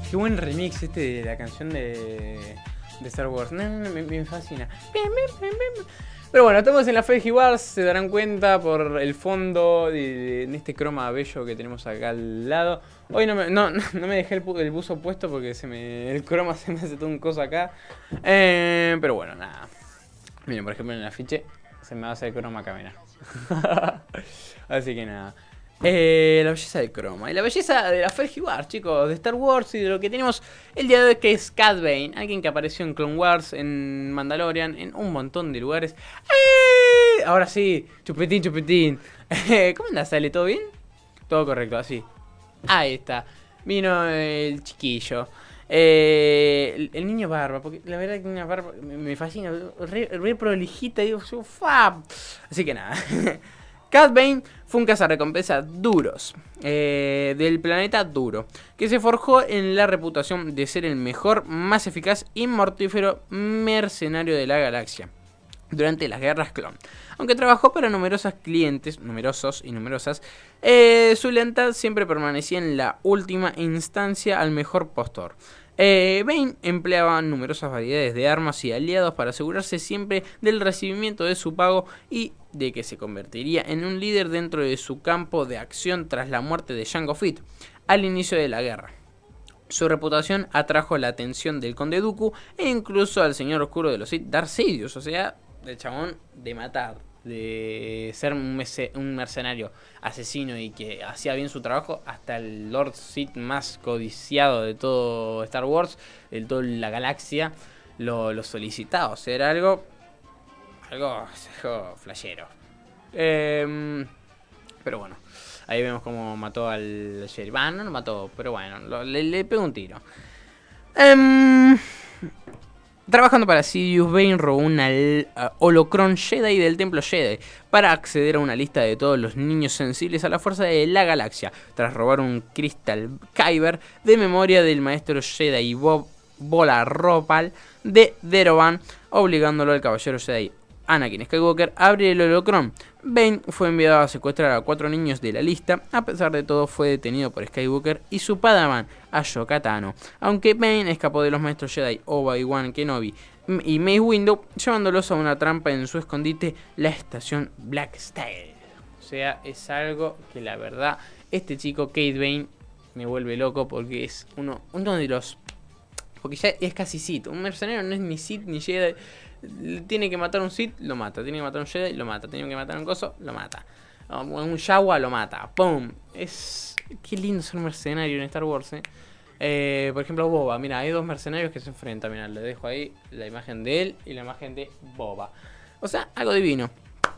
Qué buen remix este de la canción de Star Wars. No, no, no, me fascina. Pero bueno, estamos en la Fiji Wars, se darán cuenta por el fondo de este croma bello que tenemos acá al lado. Hoy no me dejé el buzo puesto porque el croma se me hace todo un coso acá. Pero bueno, nada. Miren, por ejemplo en el afiche se me va a hacer el croma acá, mirá. Así que nada. La belleza del croma y la belleza de la Fiji Wars, chicos, de Star Wars y de lo que tenemos el día de hoy, que es Cad Bane, alguien que apareció en Clone Wars, en Mandalorian, en un montón de lugares. Ahora sí, chupetín, chupetín. ¿Cómo andas, Ale? ¿Todo bien? Todo correcto, así. Ahí está. Vino el chiquillo. El niño barba, porque la verdad que una barba me fascina, re prolijita, digo, ¡fa! Así que nada. Cad Bane fue un cazarrecompensa duros del planeta Duro, que se forjó en la reputación de ser el mejor, más eficaz y mortífero mercenario de la galaxia durante las guerras clon. Aunque trabajó para numerosos clientes, numerosos y numerosas, su lealtad siempre permanecía en la última instancia al mejor postor. Bane empleaba numerosas variedades de armas y aliados para asegurarse siempre del recibimiento de su pago y de que se convertiría en un líder dentro de su campo de acción tras la muerte de Jango Fett al inicio de la guerra. Su reputación atrajo la atención del Conde Dooku e incluso al Señor Oscuro de los Sith, Darth Sidious, o sea, el chabón de matar, de ser un mercenario asesino y que hacía bien su trabajo, hasta el Lord Sith más codiciado de todo Star Wars, de toda la galaxia, lo solicitaba. O sea, era algo flashero. Pero bueno, ahí vemos cómo mató al sheriff. No lo mató, pero bueno, le pegó un tiro. Trabajando para Sidious, Bane robó una holocron Jedi del Templo Jedi para acceder a una lista de todos los niños sensibles a la fuerza de la galaxia, tras robar un Crystal Kyber de memoria del maestro Jedi Bola Ropal de Deroban, obligándolo al caballero Jedi Anakin Skywalker a abrir el holocron. Bane fue enviado a secuestrar a 4 niños de la lista. A pesar de todo, fue detenido por Skywalker y su padawan, Ahsoka Tano. Aunque Bane escapó de los maestros Jedi Obi-Wan Kenobi y Mace Windu, llevándolos a una trampa en su escondite, la estación Blackstyle. O sea, es algo que la verdad, este chico, Cad Bane, me vuelve loco porque es uno de los... Porque ya es casi Sith. Un mercenario no es ni Sith ni Jedi. Tiene que matar un Sith, lo mata. Tiene que matar un Jedi, lo mata. Tiene que matar un coso, lo mata. Un Jawa, lo mata. ¡Pum! Qué lindo ser mercenario en Star Wars, por ejemplo, Boba. Mira, hay 2 mercenarios que se enfrentan. Mira, le dejo ahí la imagen de él y la imagen de Boba. O sea, algo divino.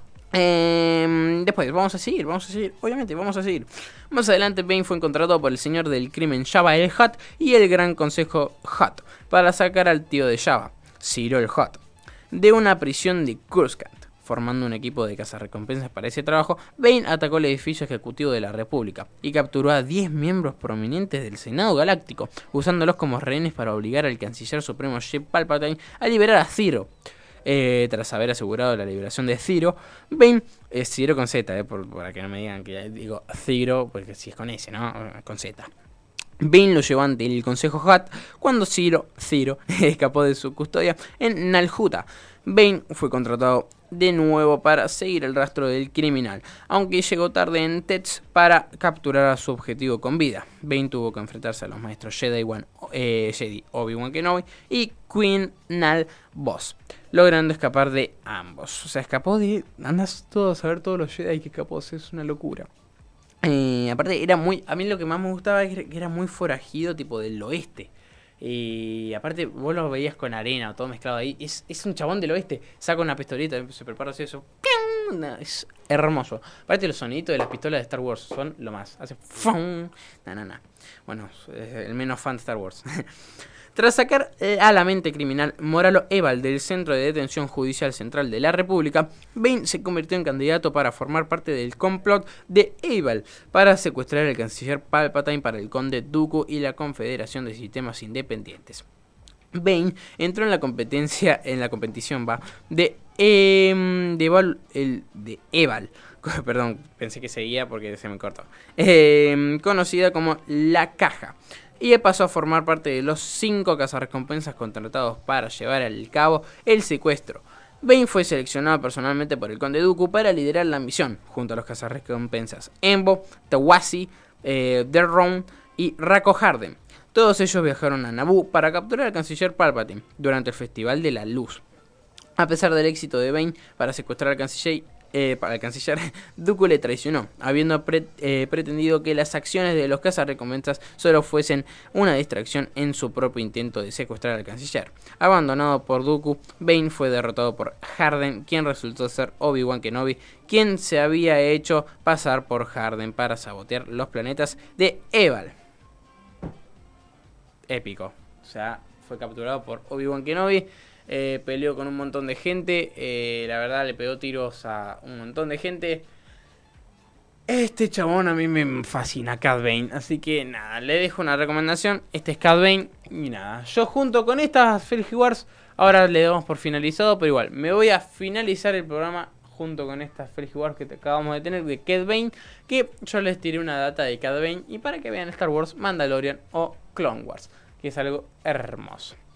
Después, vamos a seguir, obviamente, vamos a seguir. Más adelante, Bane fue encontrado por el señor del crimen Jabba el Hutt y el Gran Consejo Hutt para sacar al tío de Jabba, Ciro el Hutt, de una prisión de Coruscant. Formando un equipo de cazarrecompensas para ese trabajo, Bane atacó el edificio ejecutivo de la República y capturó a 10 miembros prominentes del Senado Galáctico, usándolos como rehenes para obligar al canciller supremo Sheev Palpatine a liberar a Ciro. Tras haber asegurado la liberación de Ciro, Bane, Ciro con Z, para que no me digan que digo Ciro, porque si es con S, ¿no? Con Z. Bane lo llevó ante el Consejo Hutt cuando Ciro escapó de su custodia en Nal Hutta. Bane fue contratado de nuevo para seguir el rastro del criminal, aunque llegó tarde en Tets para capturar a su objetivo con vida. Bane tuvo que enfrentarse a los maestros Jedi Obi-Wan Kenobi y Queen Nal Voss, logrando escapar de ambos. O sea, escapó de... Andas todos a ver todos los Jedi que escapó, es una locura. Aparte era muy... A mí lo que más me gustaba es que era muy forajido, tipo del oeste. Y aparte vos lo veías con arena, todo mezclado ahí. Es un chabón del oeste. Saca una pistolita, se prepara así eso. Es hermoso. Aparte los soniditos de las pistolas de Star Wars son lo más. Hace... Bueno, el menos fan de Star Wars. Tras sacar a la mente criminal Moralo Eval del Centro de Detención Judicial Central de la República, Bane se convirtió en candidato para formar parte del complot de Eval para secuestrar al canciller Palpatine para el Conde Dooku y la Confederación de Sistemas Independientes. Bane entró en la competición de Eval. Perdón, pensé que seguía porque se me cortó. Conocida como La Caja, y pasó a formar parte de los 5 cazarrecompensas contratados para llevar al cabo el secuestro. Bane fue seleccionado personalmente por el Conde Dooku para liderar la misión, junto a los cazarrecompensas Embo, Tawasi, Derron y Rako Harden. Todos ellos viajaron a Naboo para capturar al canciller Palpatine durante el Festival de la Luz. A pesar del éxito de Bane para secuestrar al canciller, Dooku le traicionó, habiendo pretendido que las acciones de los cazarrecompensas solo fuesen una distracción en su propio intento de secuestrar al canciller. Abandonado por Dooku, Bane fue derrotado por Harden, quien resultó ser Obi-Wan Kenobi, quien se había hecho pasar por Harden para sabotear los planetas de Eval. Épico. O sea, fue capturado por Obi-Wan Kenobi. Peleó con un montón de gente. La verdad, le pegó tiros a un montón de gente. Este chabón a mí me fascina, Cad Bane. Así que nada, le dejo una recomendación. Este es Cad Bane. Y nada, yo junto con estas Felgi Wars, ahora le damos por finalizado. Pero igual, me voy a finalizar el programa junto con estas Felgi Wars que acabamos de tener de Cad Bane. Que yo les tiré una data de Cad Bane. Y para que vean Star Wars, Mandalorian o Clone Wars, que es algo hermoso.